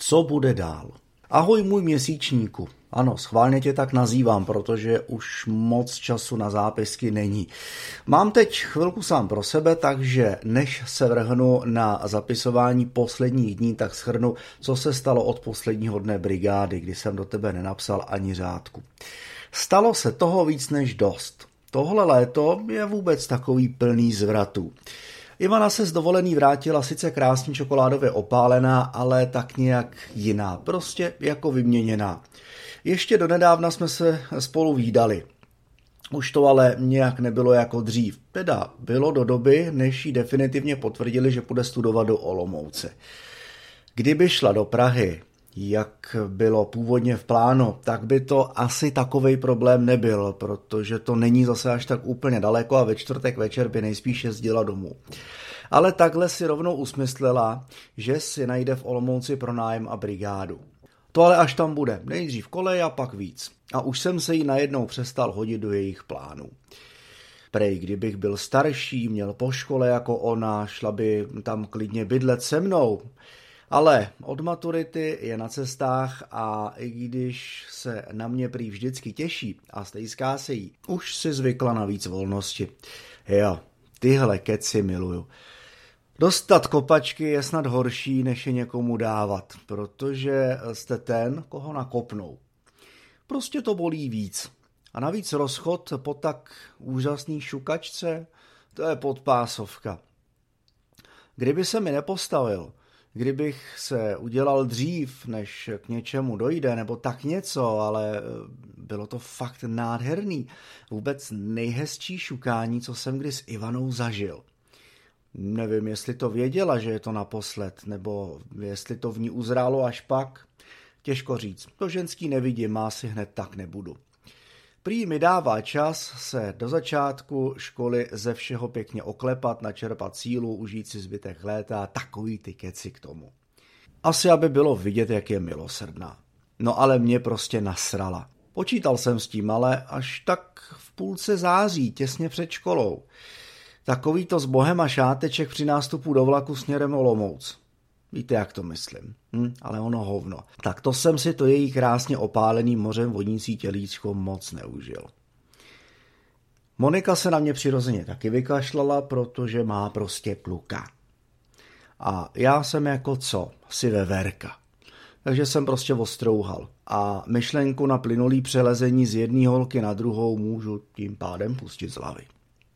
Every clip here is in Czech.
Co bude dál? Ahoj můj měsíčníku. Ano, schválně tě tak nazývám, protože už moc času na zápisky není. Mám teď chvilku sám pro sebe, takže než se vrhnu na zapisování posledních dní, tak shrnu, co se stalo od posledního dne brigády, kdy jsem do tebe nenapsal ani řádku. Stalo se toho víc než dost. Tohle léto je vůbec takový plný zvratů. Ivana se z dovolený vrátila sice krásně čokoládově opálená, ale tak nějak jiná, prostě jako vyměněná. Ještě donedávna jsme se spolu vídali. Už to ale nějak nebylo jako dřív. Teda bylo do doby, než jí definitivně potvrdili, že půjde studovat do Olomouce. Kdyby šla do Prahy, jak bylo původně v plánu, tak by to asi takovej problém nebyl, protože to není zase až tak úplně daleko a ve čtvrtek večer by nejspíš jezdila domů. Ale takhle si rovnou usmyslela, že si najde v Olomouci pronájem a brigádu. To ale až tam bude, nejdřív kolej a pak víc. A už jsem se jí najednou přestal hodit do jejich plánů. Prej, kdybych byl starší, měl po škole jako ona, šla by tam klidně bydlet se mnou. Ale od maturity je na cestách a i když se na mě prý vždycky těší a stejská se jí, už si zvykla na víc volnosti. Jo, tyhle keci miluju. Dostat kopačky je snad horší, než je někomu dávat, protože jste ten, koho nakopnou. Prostě to bolí víc. A navíc rozchod po tak úžasný šukačce, to je podpásovka. Kdyby se mi nepostavil, kdybych se udělal dřív, než k něčemu dojde, nebo tak něco, ale bylo to fakt nádherný. Vůbec nejhezčí šukání, co jsem kdy s Ivanou zažil. Nevím, jestli to věděla, že je to naposled, nebo jestli to v ní uzrálo až pak. Těžko říct, to ženský nevidím, asi hned tak nebudu. Prý mi dává čas se do začátku školy ze všeho pěkně oklepat, načerpat sílu, užít si zbytek léta, takový ty keci k tomu. Asi aby bylo vidět, jak je milosrdná. No ale mě prostě nasrala. Počítal jsem s tím, ale až tak v půlce září, těsně před školou. Takový to s bohem a šáteček při nástupu do vlaku směrem Olomouc. Víte, jak to myslím. Ale ono hovno. Tak to jsem si to její krásně opálený mořem vonící tělíčko moc neužil. Monika se na mě přirozeně taky vykašlala, protože má prostě kluka. A já jsem jako co? Si veverka. Takže jsem prostě ostrouhal. A myšlenku na plynulý přelezení z jedné holky na druhou můžu tím pádem pustit z hlavy.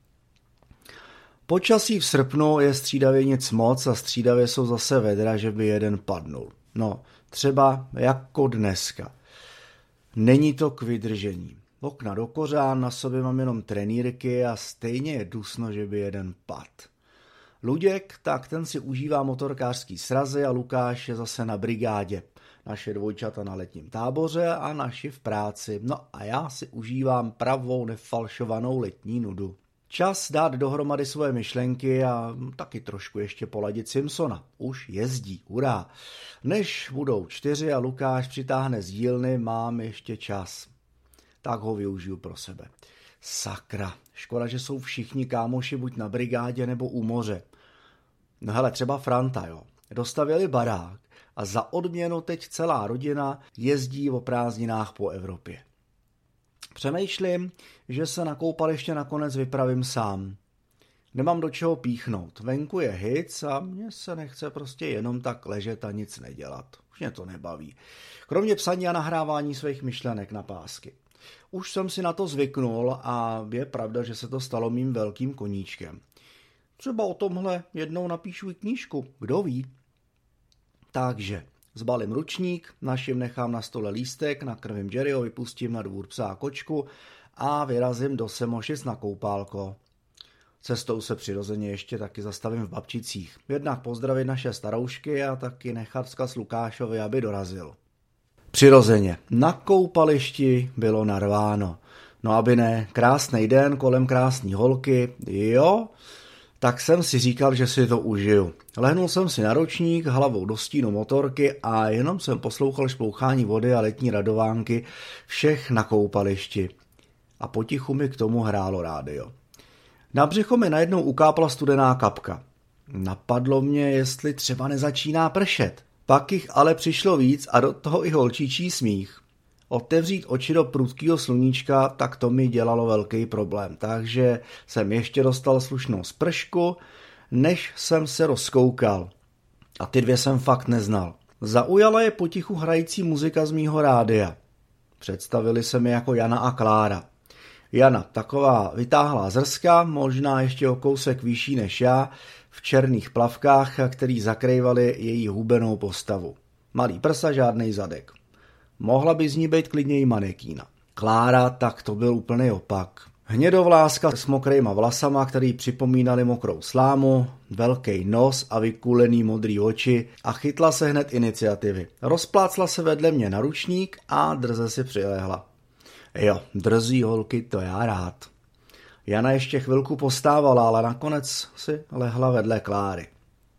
Počasí v srpnu je střídavě nic moc a střídavě jsou zase vedra, že by jeden padnul. No, třeba jako dneska. Není to k vydržení. Okna do kořán, na sobě mám jenom trenýrky a stejně je dusno, že by jeden pad. Luděk, tak ten si užívá motorkářský srazy a Lukáš je zase na brigádě. Naše dvojčata na letním táboře a naši v práci. No a já si užívám pravou nefalšovanou letní nudu. Čas dát dohromady svoje myšlenky a taky trošku ještě poladit Simpsona. Už jezdí, hurá. Než budou 4 a Lukáš přitáhne z dílny, mám ještě čas. Tak ho využiju pro sebe. Sakra, škoda, že jsou všichni kámoši buď na brigádě nebo u moře. No hele, třeba Franta, jo. Dostavěli barák a za odměnu teď celá rodina jezdí o prázdninách po Evropě. Přemýšlím, že se na koupaliště nakonec vypravím sám. Nemám do čeho píchnout. Venku je hic a mně se nechce prostě jenom tak ležet a nic nedělat. Už mě to nebaví. Kromě psaní a nahrávání svých myšlenek na pásky. Už jsem si na to zvyknul a je pravda, že se to stalo mým velkým koníčkem. Třeba o tomhle jednou napíšu i knížku, kdo ví. Takže zbalím ručník, našim nechám na stole lístek, nakrmím Jerryho, vypustím na dvůr psa a kočku a vyrazím do Semošic na koupálko. Cestou se přirozeně ještě taky zastavím v Babčicích. Jednak pozdravit naše staroušky a taky nechat vzkaz Lukášovi, aby dorazil. Přirozeně, na koupališti bylo narváno. No aby ne, krásný den kolem krásný holky, jo, tak jsem si říkal, že si to užiju. Lehnul jsem si na ručník, hlavou do stínu motorky a jenom jsem poslouchal šplouchání vody a letní radovánky všech na koupališti. A potichu mi k tomu hrálo rádio. Na břicho mi najednou ukápla studená kapka. Napadlo mě, jestli třeba nezačíná pršet. Pak jich ale přišlo víc a do toho i holčičí smích. Otevřít oči do prudkého sluníčka, tak to mi dělalo velký problém. Takže jsem ještě dostal slušnou spršku, než jsem se rozkoukal. A ty dvě jsem fakt neznal. Zaujala je potichu hrající muzika z mýho rádia. Představili se mi jako Jana a Klára. Jana, taková vytáhlá zrska, možná ještě o kousek vyšší než já, v černých plavkách, který zakrývali její hubenou postavu. Malý prsa, žádnej zadek. Mohla by z ní být klidně i manekína. Klára, tak to byl úplný opak. Hnědovláska s mokrýma vlasama, který připomínali mokrou slámu, velký nos a vykulený modrý oči a chytla se hned iniciativy. Rozplácla se vedle mě na ručník a drze si přilehla. Jo, drzí holky, to já rád. Jana ještě chvilku postávala, ale nakonec si lehla vedle Kláry.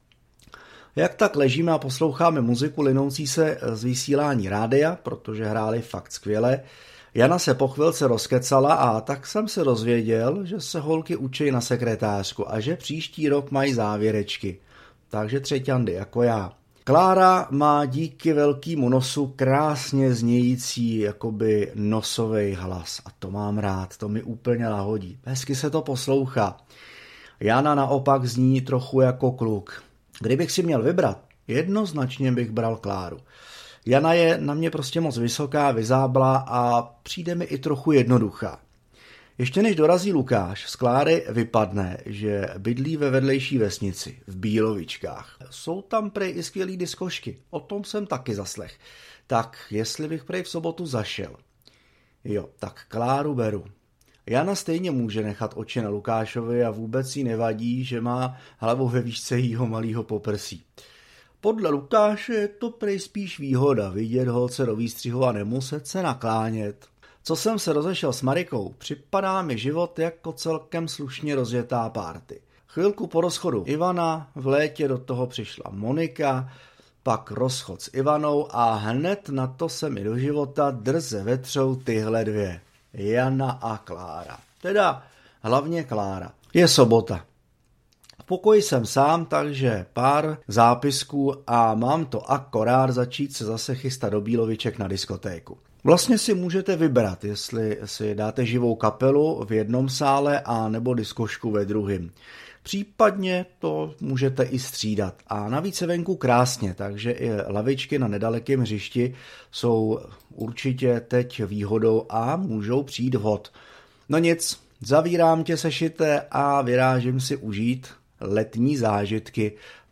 Jak tak ležíme a posloucháme muziku linoucí se z vysílání rádia, protože hráli fakt skvěle, Jana se po chvilce rozkecala a tak jsem se dozvěděl, že se holky učí na sekretářku a že příští rok mají závěrečky. Takže třeťandy jako já. Klára má díky velkému nosu krásně znějící jakoby nosový hlas a to mám rád, to mi úplně lahodí. Hezky se to poslouchá. Jana naopak zní trochu jako kluk. Kdybych si měl vybrat, jednoznačně bych bral Kláru. Jana je na mě prostě moc vysoká, vyzáblá a přijde mi i trochu jednoduchá. Ještě než dorazí Lukáš, z Kláry vypadne, že bydlí ve vedlejší vesnici, v Bílovičkách. Jsou tam prej i skvělý diskošky, o tom jsem taky zaslech. Tak jestli bych prej v sobotu zašel. Jo, tak Kláru beru. Jana stejně může nechat oči na Lukášovi a vůbec jí nevadí, že má hlavu ve výšce jího malýho poprsí. Podle Lukáše je to prej spíš výhoda vidět holce do výstřihu a nemuset se naklánět. Co jsem se rozešel s Marikou, připadá mi život jako celkem slušně rozjetá party. Chvilku po rozchodu Ivana, v létě do toho přišla Monika, pak rozchod s Ivanou a hned na to se mi do života drze vetřou tyhle dvě. Jana a Klára. Teda hlavně Klára. Je sobota. V pokoji jsem sám, takže pár zápisků a mám to akorát začít se zase chystat do Bíloviček na diskotéku. Vlastně si můžete vybrat, jestli si dáte živou kapelu v jednom sále a nebo diskošku ve druhém. Případně to můžete i střídat. A navíc je venku krásně, takže i lavičky na nedalekém hřišti jsou určitě teď výhodou a můžou přijít vhod. No nic, zavírám tě sešité a vyrážím si užít letní zážitky.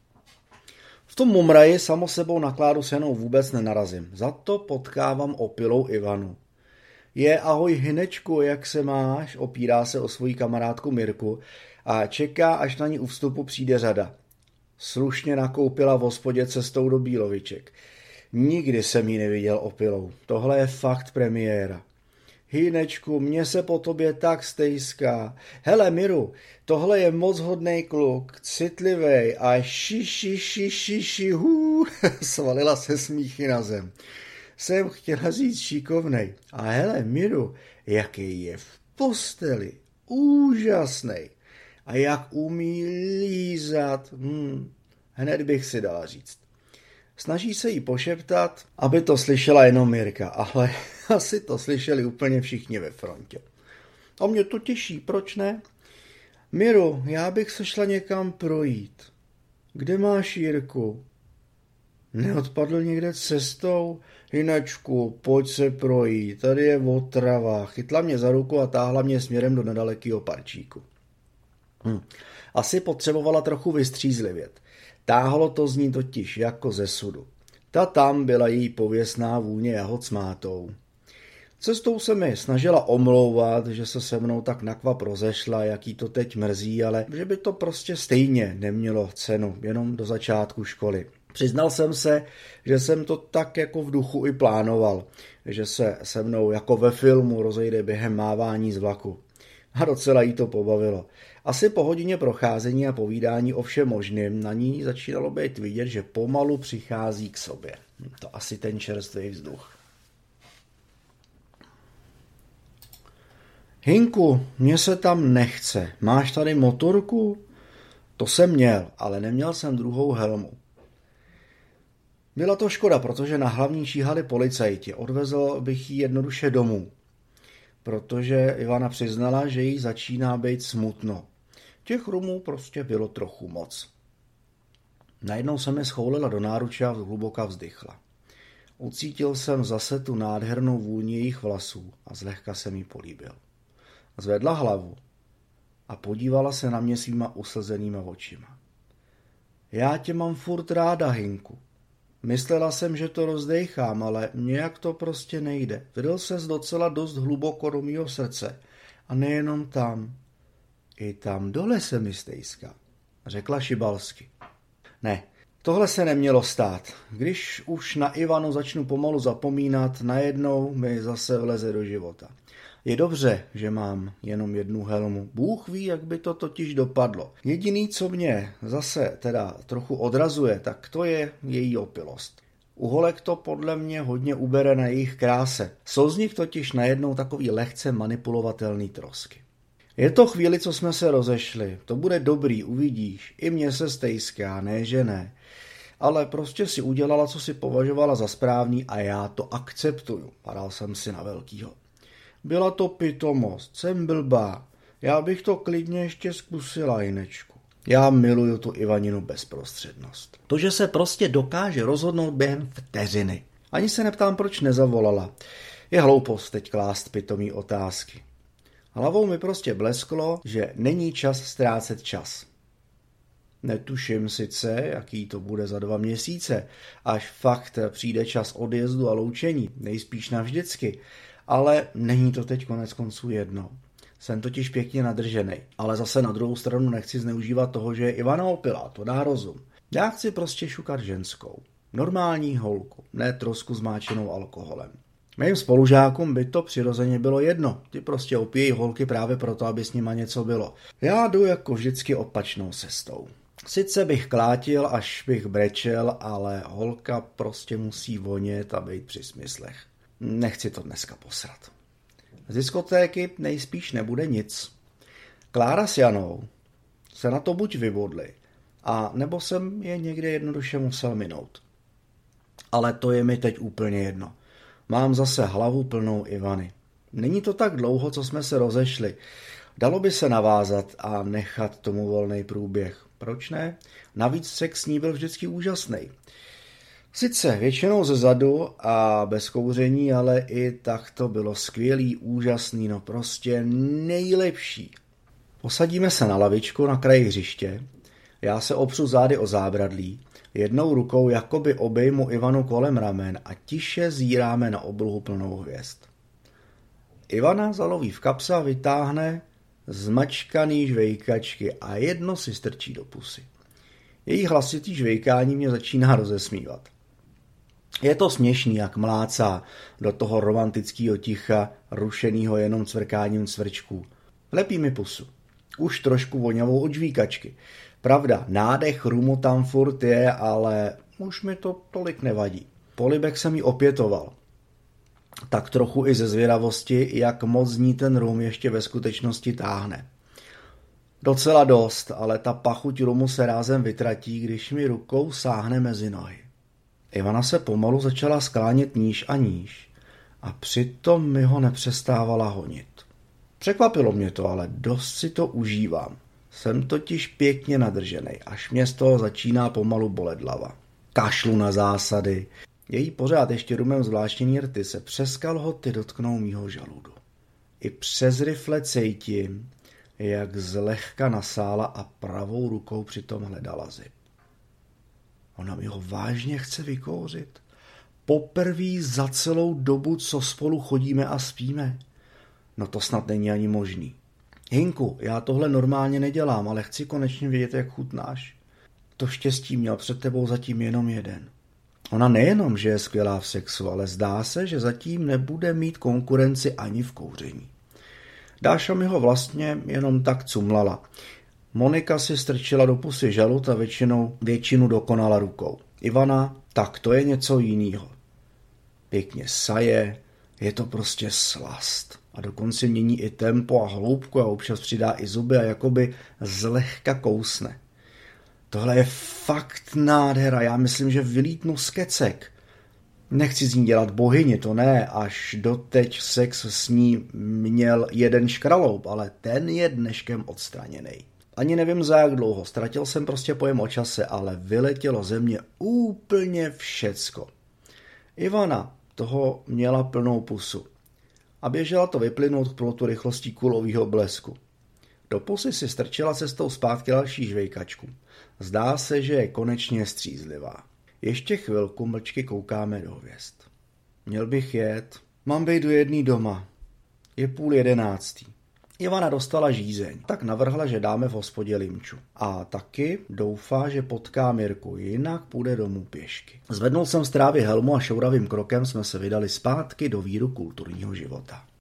V tom mumraji samo sebou na Kláru s Janou vůbec nenarazím. Za to potkávám opilou Ivanu. Ahoj Hinečku, jak se máš? Opírá se o svoji kamarádku Mirku a čeká, až na ní u vstupu přijde řada. Slušně nakoupila v hospodě cestou do Bíloviček. Nikdy jsem ji neviděl opilou. Tohle je fakt premiéra. Hinečku, mně se po tobě tak stejská. Hele Miru, tohle je moc hodnej kluk, citlivej a šiši, svalila se smíchy na zem. Jsem chtěla říct šikovnej. A hele Miru, jaký je v posteli, úžasnej. A jak umí lízat, hned bych si dala říct. Snaží se jí pošeptat, aby to slyšela jenom Mirka, ale asi to slyšeli úplně všichni ve frontě. A mě to těší, proč ne? Miru, já bych se šla někam projít. Kde máš Jirku? Neodpadl někde cestou? Hinečku, pojď se projít, tady je otrava. Chytla mě za ruku a táhla mě směrem do nedalekého parčíku. Asi potřebovala trochu vystřízlivět. Táhlo to z ní totiž jako ze sudu. Ta tam byla její pověstná vůně jahod s mátou. Cestou se mi snažila omlouvat, že se se mnou tak nakvap rozešla, jak jí to teď mrzí, ale že by to prostě stejně nemělo cenu, jenom do začátku školy. Přiznal jsem se, že jsem to tak jako v duchu i plánoval, že se se mnou jako ve filmu rozejde během mávání z vlaku. A docela jí to pobavilo. Asi po hodině procházení a povídání o všem možným na ní začínalo být vidět, že pomalu přichází k sobě. To asi ten čerstvý vzduch. Hinku, mně se tam nechce. Máš tady motorku? To jsem měl, ale neměl jsem druhou helmu. Byla to škoda, protože na hlavní číhali policajti. Odvezl bych ji jednoduše domů, protože Ivana přiznala, že jí začíná být smutno. Těch rumů prostě bylo trochu moc. Najednou se mi schoulila do náruče a hluboka vzdychla. Ucítil jsem zase tu nádhernou vůni jejich vlasů a zlehka jsem jí políbil. Zvedla hlavu a podívala se na mě svýma uslzenýma očima. Já tě mám furt ráda, Hinku. Myslela jsem, že to rozdejchám, ale nějak to prostě nejde. Vydal ses docela dost hluboko do mýho srdce. A nejenom tam. I tam dole se mi stejská, řekla šibalsky. Ne, tohle se nemělo stát. Když už na Ivanu začnu pomalu zapomínat, najednou mi zase vleze do života. Je dobře, že mám jenom jednu helmu. Bůh ví, jak by to totiž dopadlo. Jediný, co mě zase teda trochu odrazuje, tak to je její opilost. U holek to podle mě hodně ubere na jejich kráse. Jsou z nich totiž najednou takový lehce manipulovatelný trosky. Je to chvíli, co jsme se rozešli. To bude dobrý, uvidíš. I mně se stejská, ne že ne. Ale prostě si udělala, co si považovala za správný a já to akceptuju. Padal jsem si na velkýho. Byla to pitomost, jsem blbá. Já bych to klidně ještě zkusila, Jinečku. Já miluju tu Ivaninu bezprostřednost. To, že se prostě dokáže rozhodnout během vteřiny. Ani se neptám, proč nezavolala. Je hloupost teď klást pitomý otázky. Hlavou mi prostě blesklo, že není čas ztrácet čas. Netuším sice, jaký to bude za 2 měsíce, až fakt přijde čas odjezdu a loučení, nejspíš navždycky, ale není to teď konec konců jedno. Jsem totiž pěkně nadrženej, ale zase na druhou stranu nechci zneužívat toho, že je Ivana opilá, to dá rozum. Já chci prostě šukat ženskou, normální holku, ne trosku zmáčenou alkoholem. Mým spolužákům by to přirozeně bylo jedno, ty prostě opíjejí holky právě proto, aby s nima něco bylo. Já jdu jako vždycky opačnou cestou. Sice bych klátil, až bych brečel, ale holka prostě musí vonět a být při smyslech. Nechci to dneska posrat. Z diskotéky nejspíš nebude nic. Klára s Janou se na to buď vybodli, a nebo jsem je někde jednoduše musel minout. Ale to je mi teď úplně jedno. Mám zase hlavu plnou Ivany. Není to tak dlouho, co jsme se rozešli. Dalo by se navázat a nechat tomu volný průběh. Proč ne? Navíc sex s ní byl vždycky úžasný. Sice většinou ze zadu a bez kouření, ale i tak to bylo skvělý, úžasný, no prostě nejlepší. Posadíme se na lavičku na kraji hřiště, já se opřu zády o zábradlí, jednou rukou jakoby obejmu Ivanu kolem ramen a tiše zíráme na oblohu plnou hvězd. Ivana zaloví v kapse a vytáhne zmačkaný žvejkačky a jedno si strčí do pusy. Její hlasitý žvejkání mě začíná rozesmívat. Je to směšný, jak mlácá do toho romantického ticha, rušenýho jenom cvrkáním cvrčků. Lepí mi pusu. Už trošku voňavou od žvíkačky. Pravda, nádech rumu tam furt je, ale už mi to tolik nevadí. Polibek jsem jí opětoval. Tak trochu i ze zvědavosti, jak moc z ní ten rum ještě ve skutečnosti táhne. Docela dost, ale ta pachuť rumu se rázem vytratí, když mi rukou sáhne mezi nohy. Ivana se pomalu začala sklánět níž a níž a přitom mi ho nepřestávala honit. Překvapilo mě to, ale dost si to užívám. Jsem totiž pěkně nadrženej, až mě z toho začíná pomalu bolet hlava. Kašlu na zásady. Její pořád ještě rumem zvláštní rty se přes kalhoty dotknou mýho žaludu. I přes rifle cítím, jak zlehka nasála a pravou rukou přitom hledala zip. Ona mi ho vážně chce vykouřit. Poprvé za celou dobu, co spolu chodíme a spíme. No to snad není ani možný. Hinku, já tohle normálně nedělám, ale chci konečně vědět, jak chutnáš. To štěstí měl před tebou zatím jenom jeden. Ona nejenom, že je skvělá v sexu, ale zdá se, že zatím nebude mít konkurenci ani v kouření. Dáša mi ho vlastně jenom tak cumlala. Monika si strčila do pusy žalud a většinu dokonala rukou. Ivana, tak to je něco jinýho. Pěkně saje, je to prostě slast. A dokonce mění i tempo a hloubku a občas přidá i zuby a jakoby zlehka kousne. Tohle je fakt nádhera, já myslím, že vylítnu z kecek. Nechci z ní dělat bohyni, to ne, až doteď sex s ní měl jeden škraloup, ale ten je dneškem odstraněný. Ani nevím za jak dlouho, ztratil jsem prostě pojem o čase, ale vyletělo ze mě úplně všecko. Ivana toho měla plnou pusu a běžela to vyplynout k plotu rychlostí kulového blesku. Do pusy si strčila cestou zpátky další žvejkačku. Zdá se, že je konečně střízlivá. Ještě chvilku mlčky koukáme do hvězd. Měl bych jet. Mám být do jedný doma. Je 10:30. Ivana dostala žízeň, tak navrhla, že dáme v hospodě limču. A taky doufá, že potká Mirku, jinak půjde domů pěšky. Zvednul jsem z trávy helmu a šouravým krokem jsme se vydali zpátky do víru kulturního života.